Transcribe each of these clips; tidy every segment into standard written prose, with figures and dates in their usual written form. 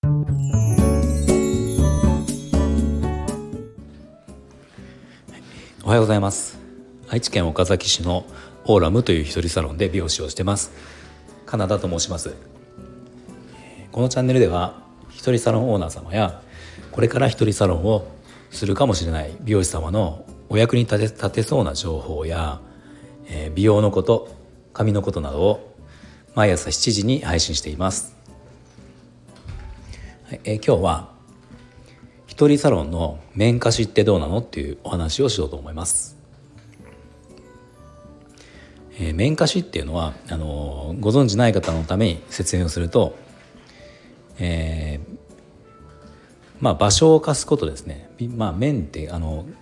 おはようございます。愛知県岡崎市のオーラムという一人サロンで美容師をしてます。カナダと申します。このチャンネルでは一人サロンオーナー様やこれから一人サロンをするかもしれない美容師様のお役に立てそうな情報や、美容のこと、髪のことなどを毎朝7時に配信しています。今日は一人サロンの面貸しってどうなのっていうお話をしようと思います。面貸しっていうのはご存知ない方のために説明をすると、場所を貸すことですね。面って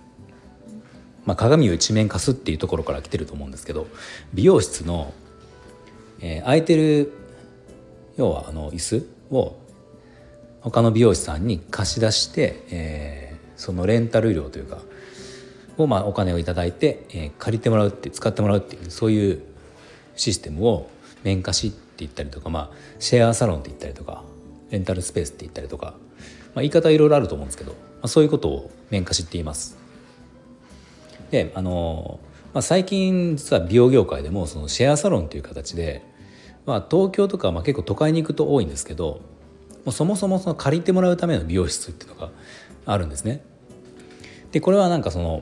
鏡を一面貸すっていうところから来てると思うんですけど、美容室の、空いてる要は椅子を他の美容師さんに貸し出して、そのレンタル料というかをお金をいただいて、借りてもらうって使ってもらうっていうそういうシステムを面貸しって言ったりとか、シェアサロンって言ったりとかレンタルスペースって言ったりとか、言い方はいろいろあると思うんですけど、そういうことを面貸しって言います。で最近実は美容業界でもそのシェアサロンという形で、東京とか結構都会に行くと多いんですけど、もうそもそもその借りてもらうための美容室っていうのがあるんですね。でこれはその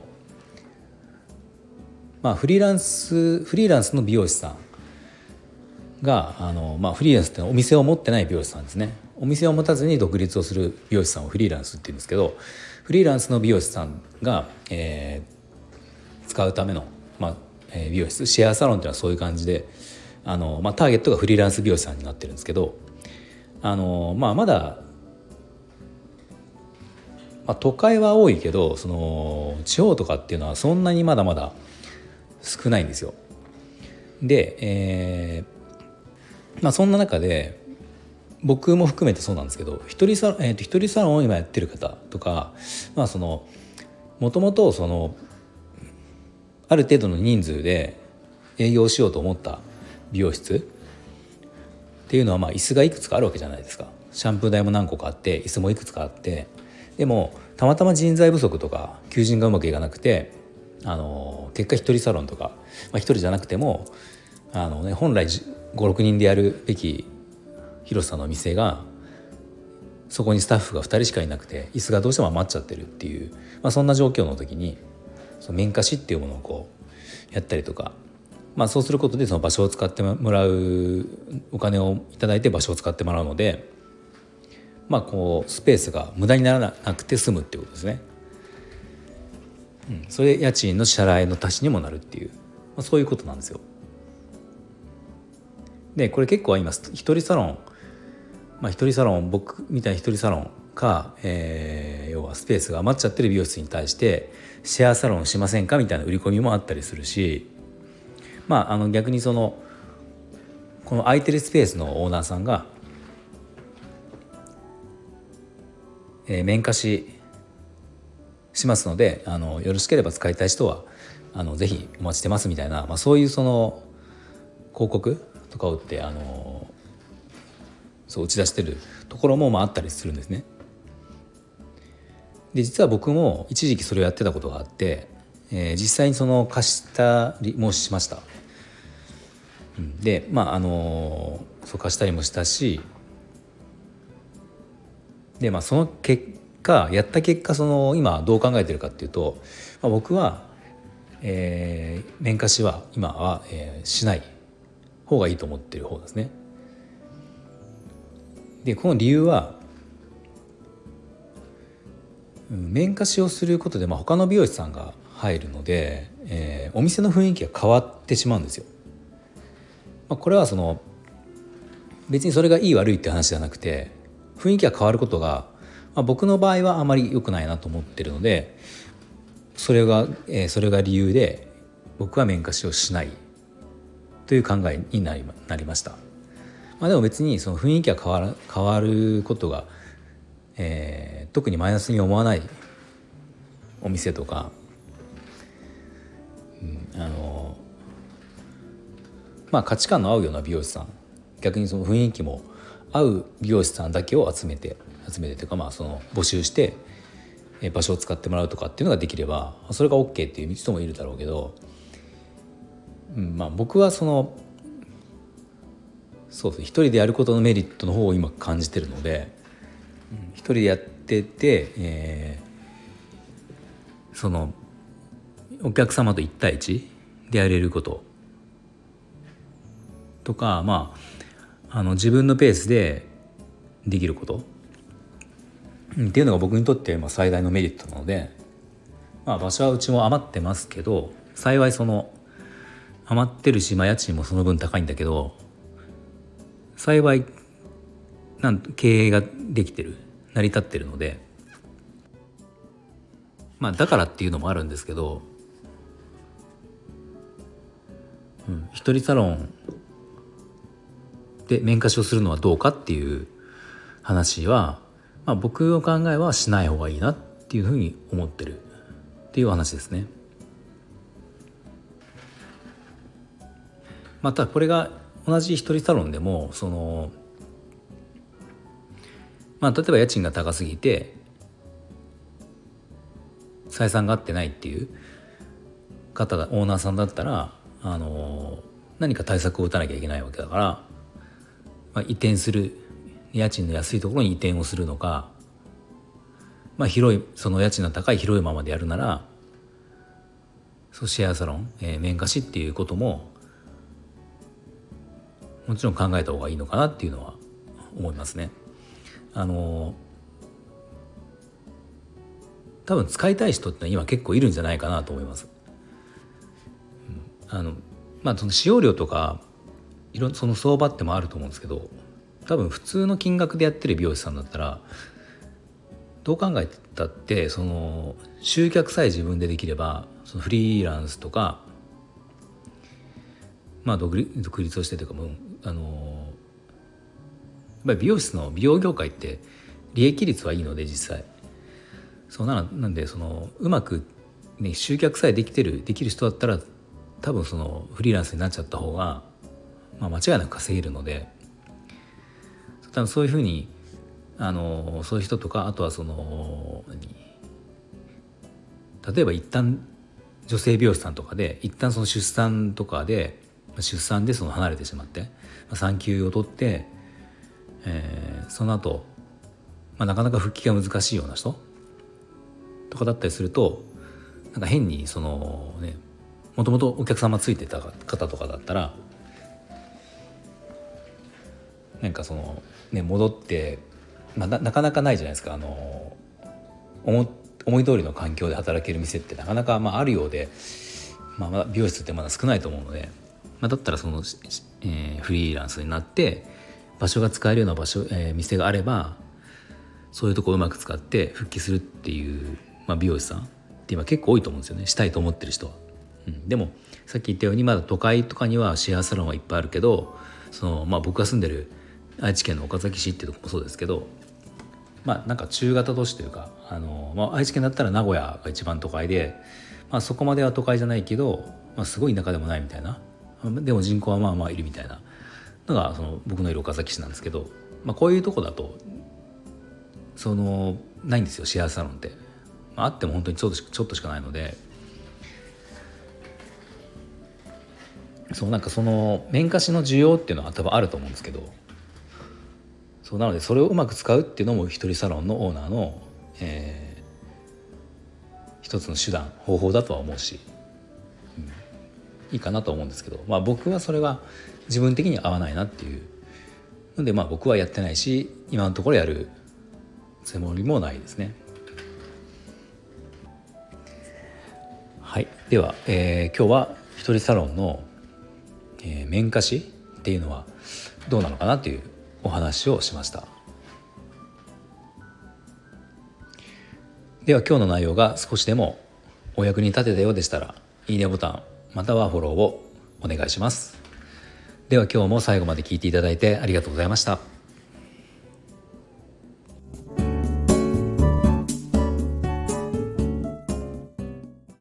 フリーランスの美容師さんがフリーランスってお店を持ってない美容師さんですね。お店を持たずに独立をする美容師さんをフリーランスって言うんですけど、フリーランスの美容師さんが、使うための、美容室シェアサロンっていうのはそういう感じでターゲットがフリーランス美容師さんになってるんですけど、まだ、都会は多いけどその地方とかっていうのはそんなにまだまだ少ないんですよ。で、そんな中で僕も含めてそうなんですけど、一人サロンを今やってる方とか、もともとある程度の人数で営業しようと思った美容室っていうのは椅子がいくつかあるわけじゃないですか。シャンプー台も何個かあって椅子もいくつかあって、でもたまたま人材不足とか求人がうまくいかなくて結果一人サロンとか、一人じゃなくても本来5、6人でやるべき広さの店がそこにスタッフが2人しかいなくて椅子がどうしても余っちゃってるっていう、そんな状況の時にその面貸しっていうものをやったりとか、そうすることでその場所を使ってもらうお金をいただいて場所を使ってもらうので、スペースが無駄にならなくて済むっていうことですね。それで家賃の支払いの足しにもなるっていう、そういうことなんですよ。でこれ結構今一人サロン僕みたいな一人サロンか、要はスペースが余っちゃってる美容室に対してシェアサロンしませんかみたいな売り込みもあったりするし、逆にこの空いてるスペースのオーナーさんが、面貸しますのでよろしければ使いたい人はぜひお待ちしてますみたいな、そういう広告とかを打ってそう打ち出してるところもあったりするんですね。で実は僕も一時期それをやってたことがあって、実際に貸したりもしました。でそう貸したりもしたし、でそのやった結果今どう考えてるかっていうと、僕は、面貸しは今は、しない方がいいと思ってる方ですね。でこの理由は面貸しをすることで、他の美容師さんが入るので、お店の雰囲気が変わってしまうんですよ。これは別にそれがいい悪いって話じゃなくて、雰囲気が変わることが、僕の場合はあまり良くないなと思ってるので、それが理由で僕は面貸しをしないという考えになりました。でも別にその雰囲気が変わることが、特にマイナスに思わないお店とか、価値観の合うような美容師さん、逆にその雰囲気も合う美容師さんだけを集めて集めてというか、その募集して場所を使ってもらうとかっていうのができればそれが OK っていう人もいるだろうけど、僕はそうですね、一人でやることのメリットの方を今感じてるので、一人でやってて、そのお客様と1対1でやれることとか、自分のペースでできることっていうのが僕にとって最大のメリットなので、場所はうちも余ってますけど、幸いその余ってるし、家賃もその分高いんだけど、幸い経営ができてる、成り立ってるので、だからっていうのもあるんですけど、一人サロンで面貸しをするのはどうかっていう話は、僕の考えはしない方がいいなっていうふうに思ってるっていう話ですね。ただこれが同じ一人サロンでも例えば家賃が高すぎて採算が合ってないっていう方がオーナーさんだったら何か対策を打たなきゃいけないわけだから、移転する、家賃の安いところに移転をするのか、広いその家賃の高い広いままでやるならシェアサロン、面貸しっていうことももちろん考えた方がいいのかなっていうのは思いますね。多分使いたい人って今結構いるんじゃないかなと思います。その使用料とかその相場ってもあると思うんですけど、多分普通の金額でやってる美容師さんだったらどう考えたってその集客さえ自分でできれば、そのフリーランスとか独立をしてというかやっぱり美容業界って利益率はいいので実際なんでうまく、集客さえできる人だったら多分フリーランスになっちゃった方が、間違いなく稼げるので、多分そういうふうにそういう人とか、あとは例えば一旦女性美容師さんとかで一旦出産で離れてしまって産休を取って、その後、なかなか復帰が難しいような人とかだったりすると、変にもともとお客様ついてた方とかだったら戻ってなかなかないじゃないですか。思い通りの環境で働ける店ってなかなかあるようで、美容室ってまだ少ないと思うので、だったらフリーランスになって場所が使えるような店があればそういうとこをうまく使って復帰するっていう、美容師さんって今結構多いと思うんですよね、したいと思ってる人は。でもさっき言ったようにまだ都会とかにはシェアサロンはいっぱいあるけど、僕が住んでる愛知県の岡崎市っていうところもそうですけど、中型都市というか愛知県だったら名古屋が一番都会で、そこまでは都会じゃないけど、すごい田舎でもないみたいな、でも人口はいるみたいなのが僕のいる岡崎市なんですけど、こういうとこだとないんですよ、シェアサロンって。あっても本当にちょっとしかないので、面貸しの需要っていうのは多分あると思うんですけど、なのでそれをうまく使うっていうのも一人サロンのオーナーの、一つの方法だとは思うし、いいかなと思うんですけど、僕はそれが自分的に合わないなっていうので、僕はやってないし今のところやるつもりもないですね。はい、では、今日は一人サロンの、面貸しっていうのはどうなのかなっていうお話をしました。では今日の内容が少しでもお役に立てたようでしたらいいねボタンまたはフォローをお願いします。では今日も最後まで聞いていただいてありがとうございました。